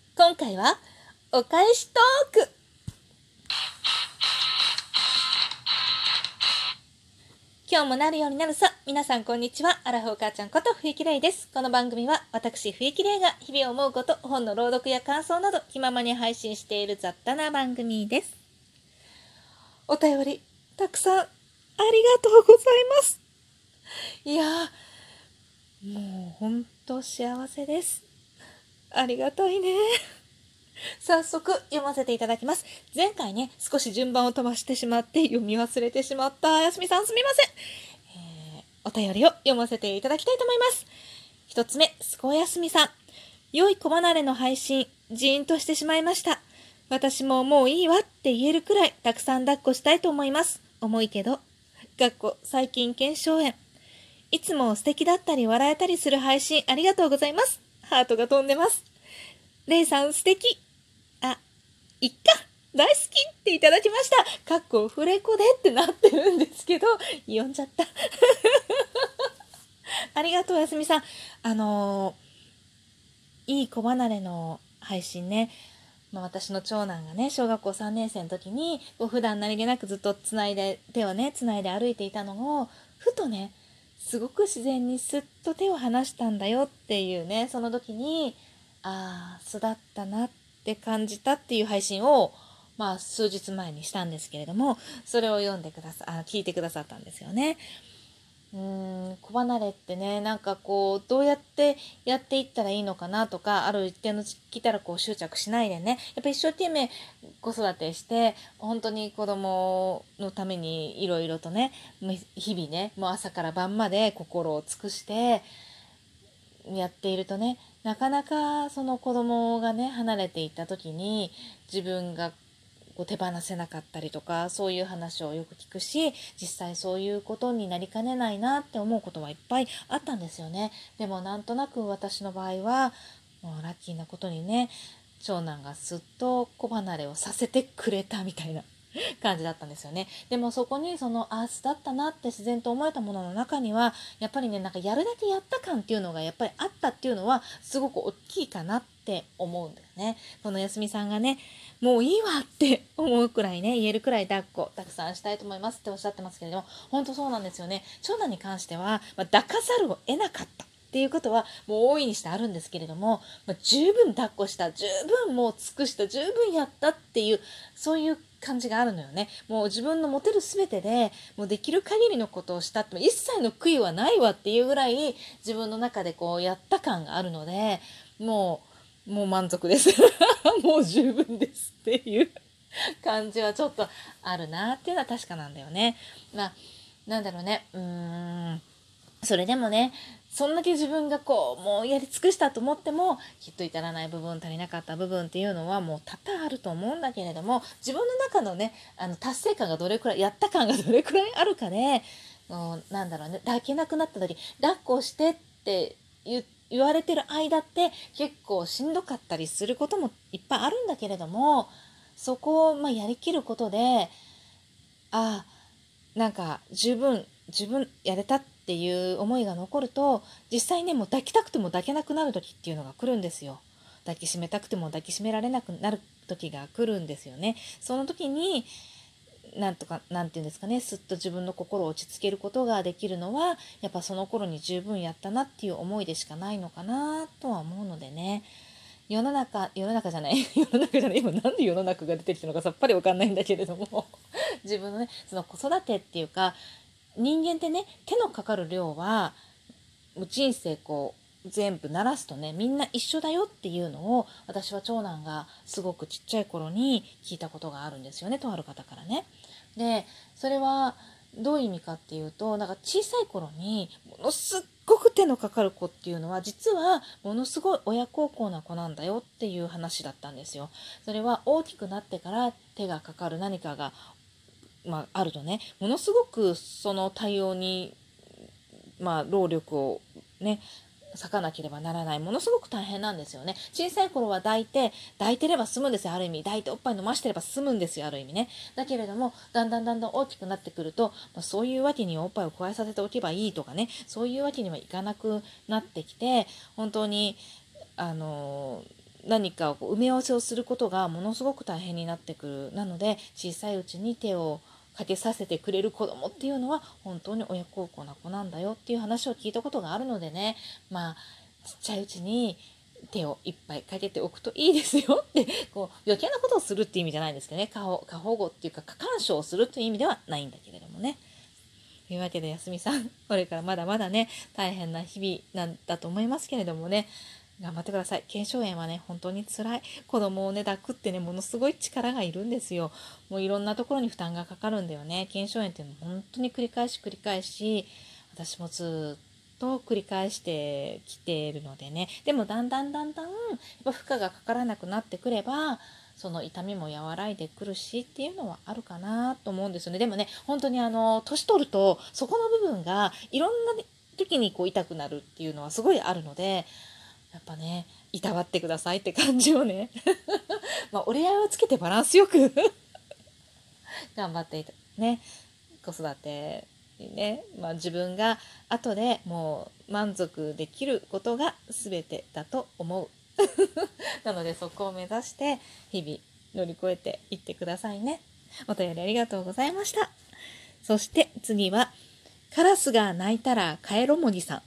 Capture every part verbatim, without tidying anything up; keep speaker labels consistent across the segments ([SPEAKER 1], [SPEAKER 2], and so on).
[SPEAKER 1] 今回はお返しトーク。今日もなるようになるさ。皆さんこんにちは。アラフォー母ちゃんこと冬木玲です。この番組は私冬木玲が日々思うこと、本の朗読や感想など気ままに配信している雑多な番組です。お便りたくさんありがとうございます。いやー、もうほんと幸せです。ありがたいね。早速読ませていただきます。前回ね、少し順番を飛ばしてしまって読み忘れてしまったやすみさん、すみません。えー、お便りを読ませていただきたいと思います。一つ目、すこやすみさん。良い子離れの配信、ジーンとしてしまいました。私ももういいわって言えるくらいたくさん抱っこしたいと思います。重いけど。かっこ最近腱鞘炎。いつも素敵だったり笑えたりする配信ありがとうございます。ハートが飛んでます。レイさん素敵。あ、いっか、大好きっていただきました。かっこフレコでってなってるんですけど、読んじゃった。ありがとうやすみさん。あのー、いい子離れの配信ね。まあ、私の長男がね、小学校さんねん生の時に、こう普段何気なくずっとつないで、手をね、つないで歩いていたのを、ふとね、すごく自然にスッと手を離したんだよっていうね、その時に、ああ、巣だったなって感じたっていう配信を、まあ、数日前にしたんですけれども、それを読んでくださ、あ、聞いてくださったんですよね。うーん、子離れってね、なんかこうどうやってやっていったらいいのかなとか、ある一定の時期来たらこう執着しないでね、やっぱ一生懸命子育てして本当に子供のためにいろいろとね、日々ね、もう朝から晩まで心を尽くしてやっているとね、なかなかその子供がね離れていった時に自分がこう手放せなかったりとか、そういう話をよく聞くし、実際そういうことになりかねないなって思うことはいっぱいあったんですよね。でもなんとなく私の場合はもうラッキーなことにね、長男がすっと子離れをさせてくれたみたいな感じだったんですよね。でもそこにそのアースだったなって自然と思えたものの中には、やっぱりね、なんかやるだけやった感っていうのがやっぱりあったっていうのはすごく大きいかなって思うんだよね。このやすみさんがね、もういいわって思うくらいね、言えるくらい抱っこたくさんしたいと思いますっておっしゃってますけれども、本当そうなんですよね。長男に関しては、まあ、抱かざるを得なかったっていうことはもう大いにしてあるんですけれども、まあ、十分抱っこした、十分もう尽くした、十分やったっていう、そういう感じがあるのよね。もう自分の持てる全てでもうできる限りのことをしたって、一切の悔いはないわっていうぐらい自分の中でこうやった感があるので、もうもう満足ですもう十分ですっていう感じはちょっとあるなっていうのは確かなんだよね。まあなんだろうね、うーんそれでもね、そんだけ自分がこうもうやり尽くしたと思ってもきっと至らない部分、足りなかった部分っていうのはもう多々あると思うんだけれども、自分の中のね、あの達成感がどれくらい、やった感がどれくらいあるかで、うん、なんだろうね、抱けなくなった時抱っこしてって言言われてる間って結構しんどかったりすることもいっぱいあるんだけれども、そこをまあやりきることで、ああ、なんか十分自分やれたっていう思いが残ると、実際ね、もう抱きたくても抱けなくなる時っていうのが来るんですよ。抱きしめたくても抱きしめられなくなる時が来るんですよね。その時になんとか、なんていうんですかね、すっと自分の心を落ち着けることができるのはやっぱその頃に十分やったなっていう思いでしかないのかなとは思うのでね。世の中世の中じゃない世の中じゃない、今なんで世の中が出てきたのかさっぱりわかんないんだけれども自分のね、その子育てっていうか、人間ってね、手のかかる量はもう人生こう全部鳴らすとね、みんな一緒だよっていうのを私は長男がすごくちっちゃい頃に聞いたことがあるんですよね、とある方からね。でそれはどういう意味かっていうと、なんか小さい頃にものすっごく手のかかる子っていうのは実はものすごい親孝行な子なんだよっていう話だったんですよ。それは大きくなってから手がかかる何かが、まあ、あるとね、ものすごくその対応に、まあ、労力をね割かなければならない、ものすごく大変なんですよね。小さい頃は抱いて抱いてれば済むんですよ、ある意味。抱いておっぱい飲ましてれば済むんですよ、ある意味ね。だけれどもだんだんだんだん大きくなってくると、まあ、そういうわけにおっぱいを加えさせておけばいいとかね、そういうわけにはいかなくなってきて、本当にあの何かをこう埋め合わせをすることがものすごく大変になってくる。なので小さいうちに手をかけさせてくれる子供っていうのは本当に親孝行な子なんだよっていう話を聞いたことがあるのでね、まあちっちゃいうちに手をいっぱいかけておくといいですよってこう余計なことをするっていう意味じゃないんですけどね、過保過保護っていうか過干渉をするという意味ではないんだけれどもね。というわけで、やすみさん、これからまだまだね大変な日々なんだと思いますけれどもね、頑張ってください。腱鞘炎はね本当に辛い。子供をね抱くってねものすごい力がいるんですよ。もういろんなところに負担がかかるんだよね。腱鞘炎っていうのは本当に繰り返し繰り返し、私もずっと繰り返してきているのでね。でもだんだんだんだんやっぱ負荷がかからなくなってくれば、その痛みも和らいでくるしっていうのはあるかなと思うんですよね。でもね本当にあの年取るとそこの部分がいろんな時にこう痛くなるっていうのはすごいあるので、やっぱねいたわってくださいって感じをねまあ折り合いをつけてバランスよく頑張っていたね子育てにね、まあ、自分が後でもう満足できることが全てだと思うなのでそこを目指して日々乗り越えていってくださいね。お便りありがとうございました。そして次はカラスが鳴いたら帰ろもぎさん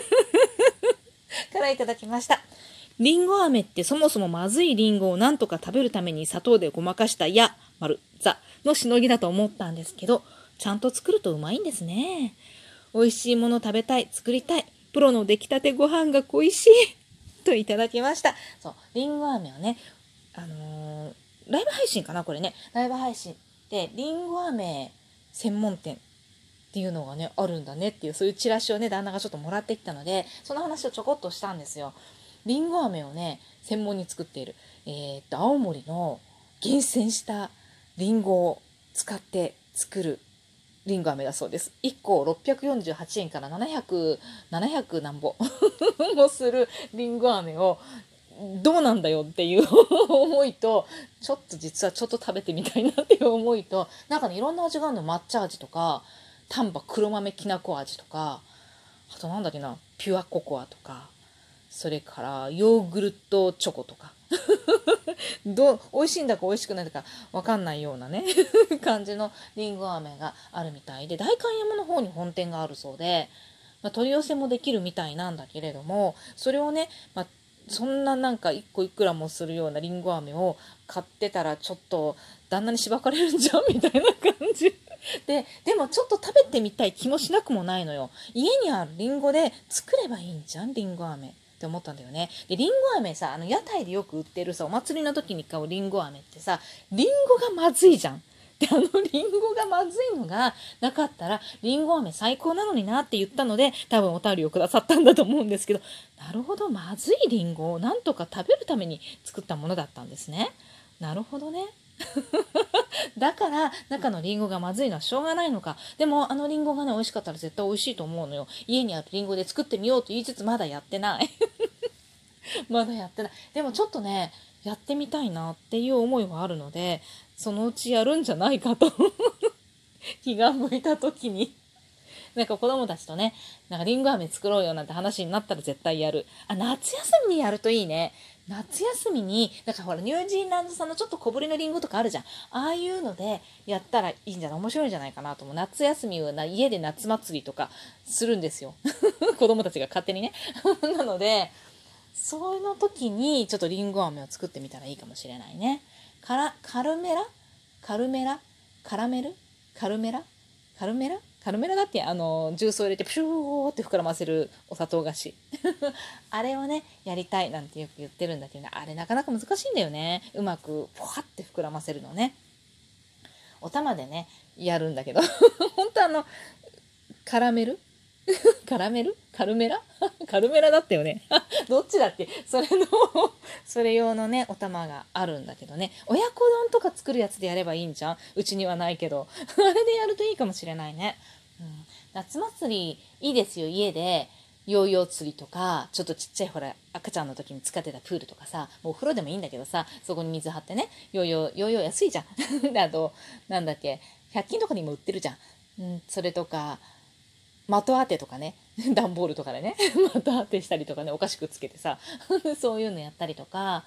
[SPEAKER 1] からいただきました。リンゴ飴ってそもそもまずいリンゴをなんとか食べるために砂糖でごまかしたや丸ザのしのぎだと思ったんですけど、ちゃんと作るとうまいんですね。美味しいもの食べたい、作りたい、プロの出来たてご飯が恋しいといただきました。そう、リンゴ飴をね、あのー、ライブ配信かなこれね。ライブ配信でリンゴ飴専門店っていうのがねあるんだねっていう、そういうチラシをね旦那がちょっともらってきたので、その話をちょこっとしたんですよ。りんご飴をね専門に作っている、えー、っと青森の厳選したりんごを使って作るりんご飴だそうです。いっころっぴゃくよんじゅうはちえんからななひゃく、ななひゃくなんぼもするりんご飴をどうなんだよっていう思いと、ちょっと実はちょっと食べてみたいなっていう思いと、なんかねいろんな味があるの。抹茶味とか丹波黒豆きなこ味とか、あとなんだっけなピュアココアとか、それからヨーグルトチョコとかどう美味しいんだか美味しくないんだか分かんないようなね感じのりんご飴があるみたいで、代官山の方に本店があるそうで、まあ、取り寄せもできるみたいなんだけれども、それをね、まあ、そんななんかいっこいくらもするようなりんご飴を買ってたらちょっと旦那にしばかれるんじゃんみたいな感じで、でもちょっと食べてみたい気もしなくもないのよ。家にあるりんごで作ればいいんじゃんりんご飴って思ったんだよね。でりんご飴さ、あの屋台でよく売ってるさお祭りの時に買うりんご飴ってさ、りんごがまずいじゃん。であのりんごがまずいのがなかったらりんご飴最高なのになって言ったので、多分お便りをくださったんだと思うんですけど、なるほど、まずいりんごをなんとか食べるために作ったものだったんですね。なるほどねだから中のリンゴがまずいのはしょうがないのか。でもあのリンゴがね美味しかったら絶対美味しいと思うのよ。家にあるリンゴで作ってみようと言いつつまだやってないまだやってない。でもちょっとねやってみたいなっていう思いはあるので、そのうちやるんじゃないかと気が向いた時になんか子供たちとね、なんかリンゴ飴作ろうよなんて話になったら絶対やる。あ、夏休みにやるといいね。夏休みに、だからほらニュージーランド産のちょっと小ぶりのリンゴとかあるじゃん。ああいうのでやったらいいんじゃない、面白いんじゃないかなと思う。夏休みはな家で夏祭りとかするんですよ。子供たちが勝手にね。なので、その時にちょっとリンゴ飴を作ってみたらいいかもしれないね。から、カルメラカルメラカラメルカルメラカルメラカルメラだってあのジュースを入れてプシューって膨らませるお砂糖菓子あれをねやりたいなんてよく言ってるんだけど、ね、あれなかなか難しいんだよね。うまくポワって膨らませるのね。お玉でねやるんだけど本当あのカラメルカラメルカルメラカルメラだったよねどっちだっけ、それのそれ用のねお玉があるんだけどね、親子丼とか作るやつでやればいいんじゃん。うちにはないけどあれでやるといいかもしれないね、うん、夏祭りいいですよ。家でヨーヨー釣りとか、ちょっとちっちゃいほら赤ちゃんの時に使ってたプールとかさ、もうお風呂でもいいんだけどさ、そこに水張ってね、ヨーヨーヨーヨー安いじゃんであとなんだっけひゃく均とかにも売ってるじゃん、うん、それとか的当てとかね段ボールとかでね的当てしたりとかね、お菓子くっつけてさそういうのやったりとか、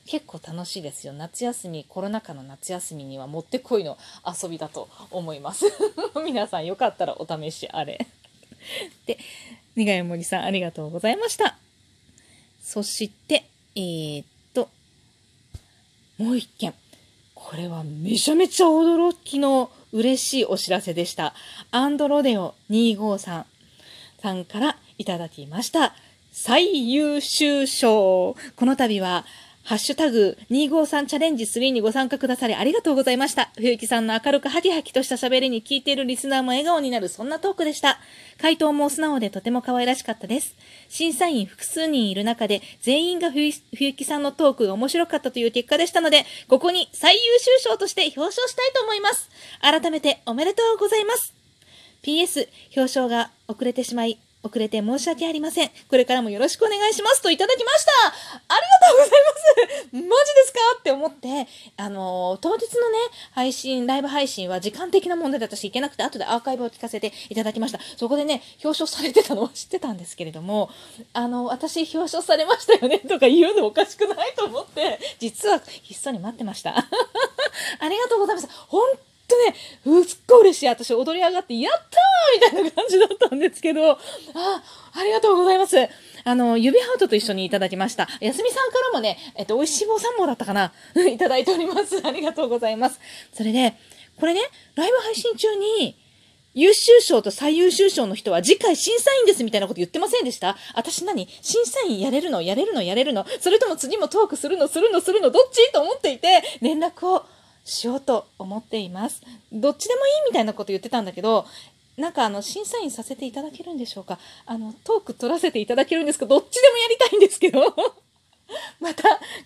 [SPEAKER 1] 結構楽しいですよ。夏休み、コロナ禍の夏休みにはもってこいの遊びだと思います皆さんよかったらお試しあれで、苦い森さんありがとうございました。そしてえー、っともう一件、これはめちゃめちゃ驚きの嬉しいお知らせでした。アンドロデオにひゃくごじゅうさんさんからいただきました。最優秀賞。この度はハッシュタグにひゃくごじゅうさんチャレンジスリーにご参加くださりありがとうございました。冬木さんの明るくハキハキとした喋りに聞いているリスナーも笑顔になる、そんなトークでした。回答も素直でとても可愛らしかったです。審査員複数人いる中で全員が冬木さんのトークが面白かったという結果でしたので、ここに最優秀賞として表彰したいと思います。改めておめでとうございます。ピーエス 表彰が遅れてしまい遅れて申し訳ありません。これからもよろしくお願いしますといただきました。ありがとうございます。マジですかって思って、あのー、当日のね、配信、ライブ配信は時間的な問題で私行けなくて、後でアーカイブを聞かせていただきました。そこでね、表彰されてたのは知ってたんですけれども、あの、私表彰されましたよねとか言うのおかしくないと思って、実はひっそり待ってました。ありがとうございます。本当ね、すっごい嬉しい。私踊り上がって、やったーみたいな感じだったんですけど、あ、ありがとうございます。あの、指ハートと一緒にいただきました。やすみさんからもね、えっと、美味しい棒さんぼうだったかないただいております。ありがとうございます。それで、これね、ライブ配信中に、優秀賞と最優秀賞の人は次回審査員ですみたいなこと言ってませんでした？私何？審査員やれるのやれるのやれるのそれとも次もトークするのするのするのどっちと思っていて、連絡をしようと思っています。どっちでもいいみたいなこと言ってたんだけど、なんかあの審査員させていただけるんでしょうか。あのトーク取らせていただけるんですか？どっちでもやりたいんですけどまた